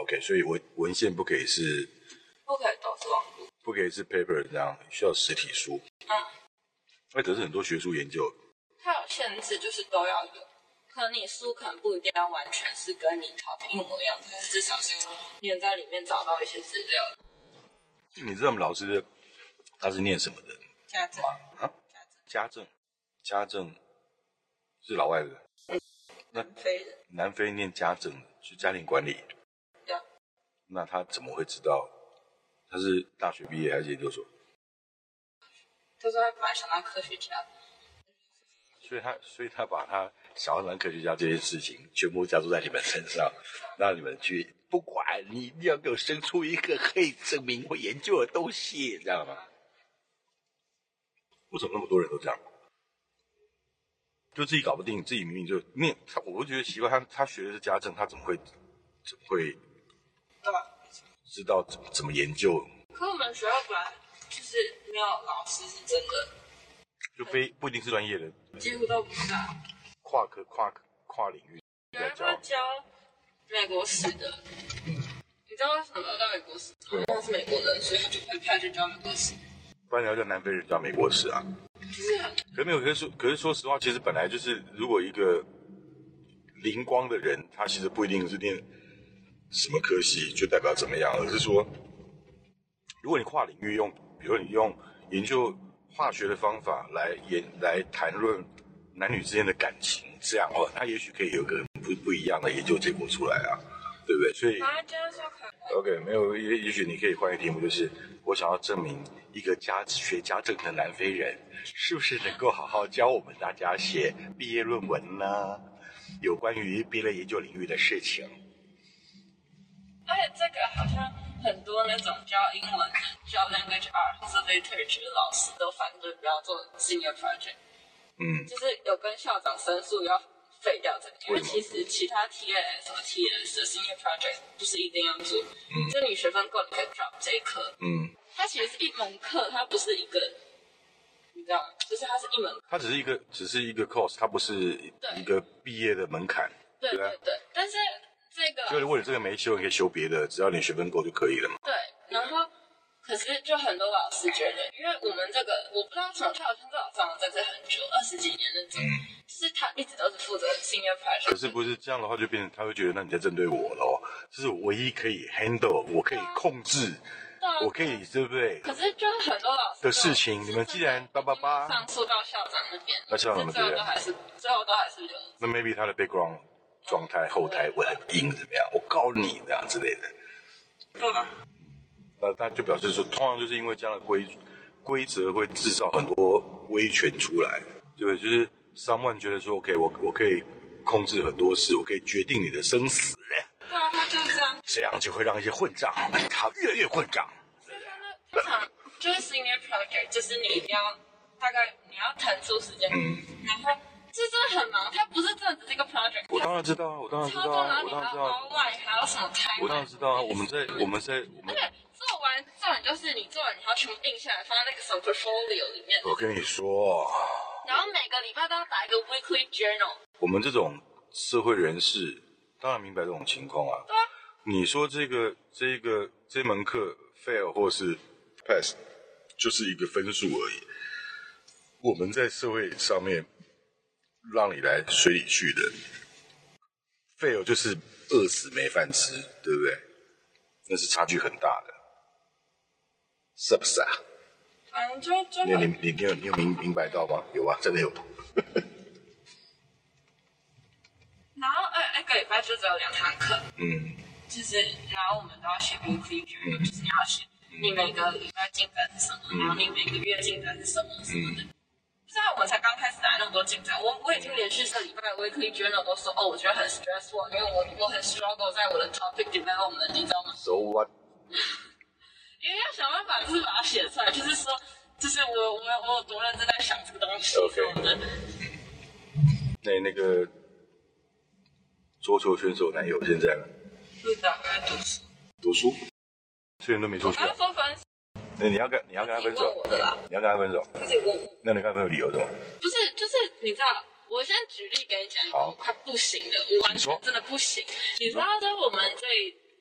OK， 所以文献不可以是， 不可以都是网络， 不可以是 paper 这样，需要实体书。可是很多学术研究， 它有限制，就是都要有。可能你书可能不一定要完全是跟你 topic 一模一样，但是至少是你能在里面找到一些资料。 你知道我们老师他是念什么的？ 家政啊？家政是老外的。南非念家政是家庭管理。 对。 那他怎么会知道？他是大学毕业还是研究所？ 他说他本来想当科学家。 所以他把他想要当科学家这件事情全部加注在你们身上，让你们去不管，你一定要给我生出一个可以证明或研究的东西，这样吗？为什么那么多人都这样？就自己搞不定，自己明明就念他，我会觉得奇怪，他学的是家政，他怎么会知道怎么研究？ 可我们学校本来就是没有老师是真的， 就不一定是专业的， 几乎都不是。 跨领域在教。 他教美国史的，你知道为什么要教美国史吗？因为他是美国人，所以他就会派去教美国史。 不然你要叫南非人教美国史啊？可是说实话，其实本来就是，如果一个灵光的人，他其实不一定是念什么科系就代表怎么样，而是说，如果你跨领域比如你用研究化学的方法来谈论男女之间的感情，这样他也许可以有个不一样的研究结果出来啊，对不对？所以，OK， 没有，也许你可以换一个题目，就是我想要证明一个学家政的南非人，是不是能够好好教我们大家写毕业论文呢？有关于别的研究领域的事情。 而且这个好像很多那种教英文的、教 language art 或是 literature 的老师都反对不要做 senior project。就是有跟校长申诉要废掉这个，因为其实其他 TAS 和 TS 的 senior project 不是一定要做，就你学分够你可以 drop 这一科。它其实是一门课，它不是一个，你知道吗？就是它是一门课， 它只是一个 course， 它不是一个毕业的门槛。 对，但是这个就如果你这个没修，你可以修别的，只要你学分够就可以了嘛。 对，然后可是就很多老师觉得，因为我们这个我不知道什么，他好像至少上了在这很久，20几年那种，就是他一直都是负责 senior project。 可是不是这样的话，就变成他会觉得那你在针对我咯，这是唯一可以 handle， 我可以控制。我可以，对不对？ 可是就很多老师的事情，你们既然上诉到校长那边， 那校长那边最后都还是留。 那 maybe 他的 background 状态后台会很硬，怎么样？我告你这样之类的。 对吧？ 那他就表示说，通常就是因为这样的规则会制造很多威权出来，对不对？就是 someone 觉得说 ，OK， 我可以控制很多事，我可以决定你的生死。 对啊，他就是这样。 这样就会让一些混账他越来越混账。 通常就是 senior project， 就是你一定要大概你要腾出时间，然后这真的很忙，它不是真的只是一个 project。 我当然知道啊，我当然知道啊，我当然知道。 还有什么开？ 我当然知道啊，我们在。而且做完重点就是你做完，你要全部印下来，放在那个什么 portfolio 里面。 我跟你说。 然后每个礼拜都要打一个 weekly journal。 我们这种社会人士当然明白这种情况啊。 对啊。 你说这门课 fail 或是 pass， 就是一个分数而已。我们在社会上面让你来水里去的 fail 就是饿死没饭吃，对不对？那是差距很大的，是不是啊？ 反正就你有明白到吗？有啊，真的有。 然后一个礼拜就只有2堂课。就是然后我们都要写 weekly journal，就是你要写你每个礼拜进展是什么，然后你每个月进展是什么什么的。不知道我们才刚开始来那么多进展，我已经连续4个礼拜 weekly journal 都说我觉得很 stressful， 因为我很 struggle 在我的 topic development， 你知道吗 ？So what？ 因为要想办法就是把它写出来，就是说，就是我有多认真在想这个东西。 OK。那个桌球选手男友现在呢？ 不知道，在读书，虽然都没出去。 他说分手。 那你要跟他分手？ 我的啦。 你要跟他分手？ 自己问我。 那你跟他分手理由是什么？ 不是，就是你知道，我先举例给你讲，快不行了，我完全真的不行。你知道，就是我们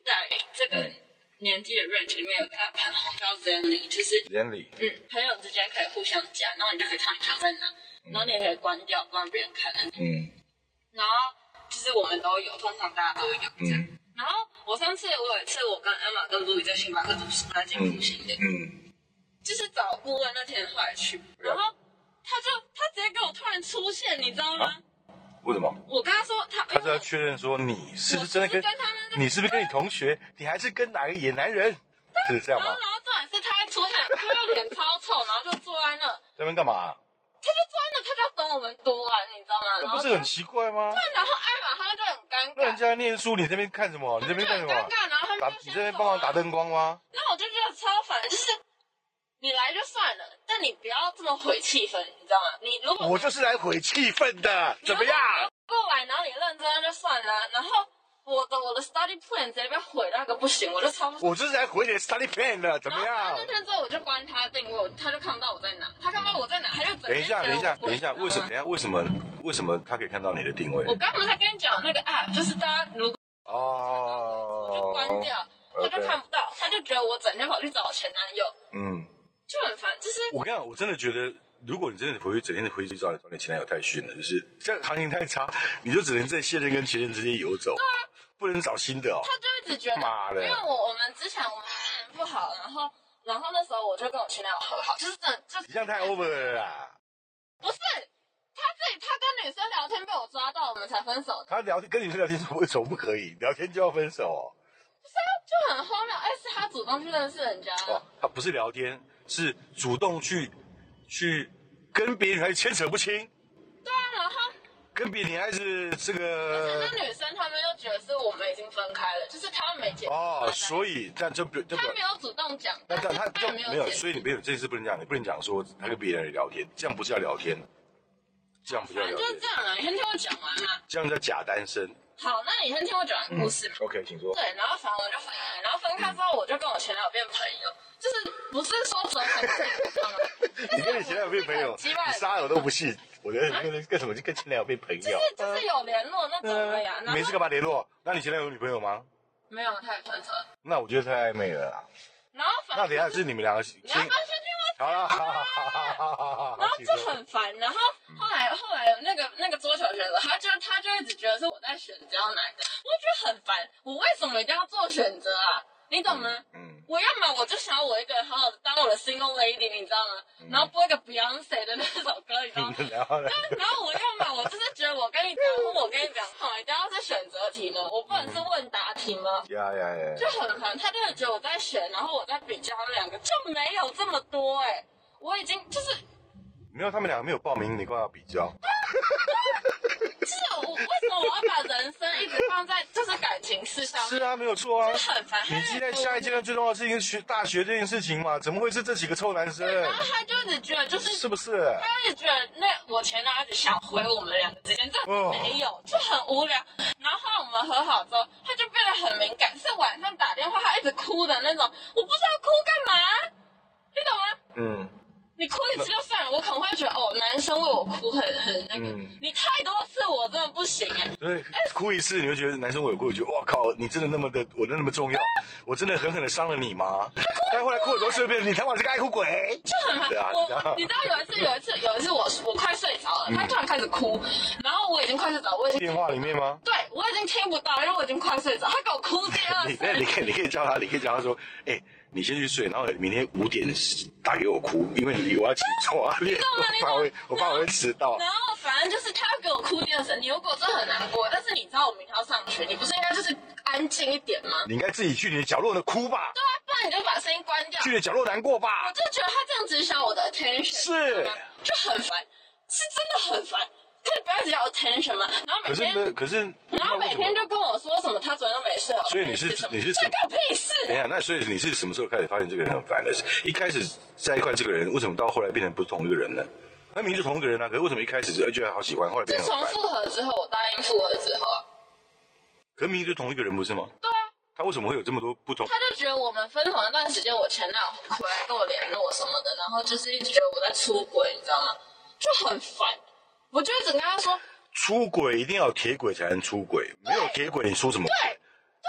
在这个年纪的 range 里面有个 app 很红叫 Zenly， 就是 Zenly， 朋友之间可以互相加，然后你就可以看你朋友在哪，然后你也可以关掉不让别人看。然后就是我们都有，通常大家都有这样。然后我有一次我跟 Emma 跟 Louis 在星巴克读书，在进复兴的，就是找顾问那天后来去，然后他直接给我突然出现，你知道吗？ 为什么？ 我跟他说他是要确认说你是不是真的跟你是不是跟你同学，你还是跟哪个野男人？是这样吗？ 然后重点是他出现，他的脸超臭，然后就坐在那。 在那边干嘛？ 他就坐在那，他就要等我们读完，你知道吗？ 那不是很奇怪吗？ 对，然后艾玛他们就很尴尬。 那人家念书，你这边看什么？你这边干什么？ 尴尬，然后他们你这边帮忙打灯光吗？ 然后我就觉得超烦，就是你来就算了，但你不要这么毁气氛，你知道吗？你如果我就是来毁气氛的，怎么样？ 过来，然后你认真就算了，然后我的 study plan 直接被毁到个不行，我就超。我就是来毁你的 study plan 的，怎么样？ 那天之后我就关他定位，他就看不到我在哪，他看不到我在哪，他就等一下，为什么他可以看到你的定位？ 我刚才在跟你讲那个 app， 就是大家如果就关掉，他就看不到，他就觉得我整天跑去找前男友，就很烦。就是我跟你讲，我真的觉得。如果你真的整天回去找你前男友太逊了，就是这样行情太差，你就只能在现任跟前任之间游走，不能找新的哦。 他就一直觉得，因为我们之前不好，然后那时候我就跟我前男友和好，就是你这样太 over 了啦。 不是，他跟女生聊天被我抓到，我们才分手的。 他跟女生聊天为什么不可以？聊天就要分手哦？ 不是啊，就很荒谬。是他主动去认识人家的。 他不是聊天，是主动去跟别的女孩子牵扯不清。 对啊，然后跟别的女孩子这个。 而且那女生他们又觉得是我们已经分开了，就是他们没结婚。 所以这样就他没有主动讲， 但他就没有，所以你没有这次不能讲，你不能讲说他跟别人聊天，这样不是叫聊天，这样不叫聊天。 就是这样啊，你先听我讲完嘛。 这样叫假单身。 好，那你先听我讲完故事嘛。 OK， 请说。 对，然后反正我就分开，然后分开之后我就跟我前男友变朋友。就是不是说走很近，你知道吗？ 你跟你前男友变朋友，你杀了我都不信。我觉得跟什么就跟前男友变朋友？ 就是有联络那种的呀。 没事干嘛联络？那你前男友有女朋友吗？ 没有，他也分手了。 那我觉得太暧昧了啦。 然后那等一下是你们两个先。 你要先听我讲。 好。 然后就很烦，然后后来那个桌球选手，他就一直觉得是我在选择要哪个，我觉得很烦。我为什么一定要做选择啊？你懂吗？我要么我就想要我一个人好好的当我的 single lady， 你知道吗？然后播一个 Beyonce 的那首歌，你知道吗？然后我要么我就是觉得我跟你讲，我跟你讲，我一定要是选择题呢，我不能是问答题吗？就很烦，他真的觉得我在选，然后我在比较两个，就没有这么多我已经就是没有，他们两个没有报名，你干嘛要比较？ 是我为什么我要把人生一直放在就是感情事上？ 是啊，没有错啊， 就很烦。 你现在下一阶段最重要的事情是大学这件事情嘛？怎么会是这几个臭男生？ 然后他就一直觉得是不是？ 他一直觉得我前男友一直想回我们两个之间，这没有，就很无聊。然后后来我们和好之后，他就变得很敏感，是晚上打电话他一直哭的那种，我不知道哭干嘛，你懂吗？你哭一次就算了，我可能会觉得男生为我哭很那个，你太多次我真的不行对，哭一次你会觉得男生为我哭，我觉得哇靠，你真的我那么重要，我真的狠狠的伤了你吗？但后来哭很多次变成你他妈是个爱哭鬼， 就很烦。你知道有一次我快睡着了，他突然开始哭，然后我已经快睡着，我已经电话里面吗？ 对，我已经听不到，因为我已经快睡着，他给我哭第二次。 你可以叫他说，你先去睡，然后明天5点打给我哭，因为我要起床，我怕我会迟到。 然后反正就是他要给我哭第二次，你如果真的很难过，但是你知道我明天要上学，你不是应该就是安静一点吗？ 你应该自己去你的角落的哭吧。 对啊，不然你就把声音关掉。 去你的角落难过吧。 我就觉得他这样只想我的 attention， 是， 就很烦，是真的很烦。可以不要只要 attention 吗？然后然后每天就跟我说什么他昨天都没睡好。 所以你是这个屁事？ 等一下，那所以你是什么时候开始发现这个人很烦的？一开始在一块这个人，为什么到后来变成不是同一个人呢？他明明是同一个人啊，可是为什么一开始就觉得好喜欢，后来变成很烦？ 自从复合之后，我答应复合之后啊。 可是明明就是同一个人不是吗？ 对啊。 他为什么会有这么多不同？ 他就觉得我们分手那段时间，我前男友回来跟我联络什么的，然后就是一直觉得我在出轨，你知道吗？就很烦。我就一直跟他说。 出轨一定要有铁轨才能出轨，没有铁轨你说什么？ 对，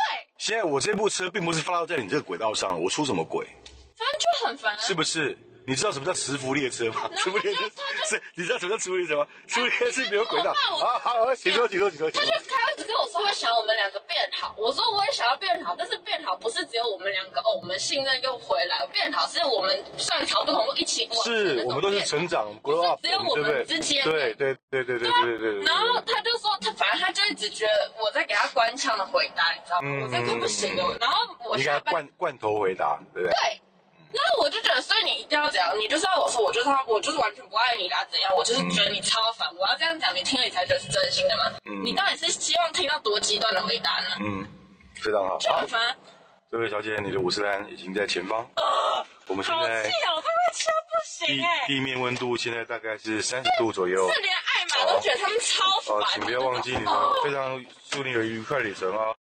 现在我这部车并不是发到在你这个轨道上，我出什么轨？ 反正就很烦、啊， 是不是？你知道什么叫磁浮列车吗？磁浮列车是，你知道什么叫磁浮列车吗？磁浮列车是没有轨道。好，请说。他就开始跟我说会想我们两个变好，我说我也想要变好，但是变好不是只有我们两个哦，我们信任又回来，变好是我们上一条不同路一起往。 是我们都是成长 grow up， 只有我们之间。 对。 然后他就说反正他就一直觉得我在给他官腔的回答，你知道吗？我这不行的。然后我你给他罐头回答，对不对？ 对。然后我就觉得，所以你一定要怎样？你就是要我说，我就是完全不爱你啦，怎样？我就是觉得你超烦。我要这样讲，你听了你才觉得是真心的吗？你到底是希望听到多极端的回答呢？ 非常好。 就很烦。 这位小姐，你的5斯兰已经在前方。我们现在好气哦，他会气到不行哎。 地面温度现在大概是30度左右。 是连艾玛都觉得他们超烦。 请不要忘记你的非常祝你有愉快旅程哦。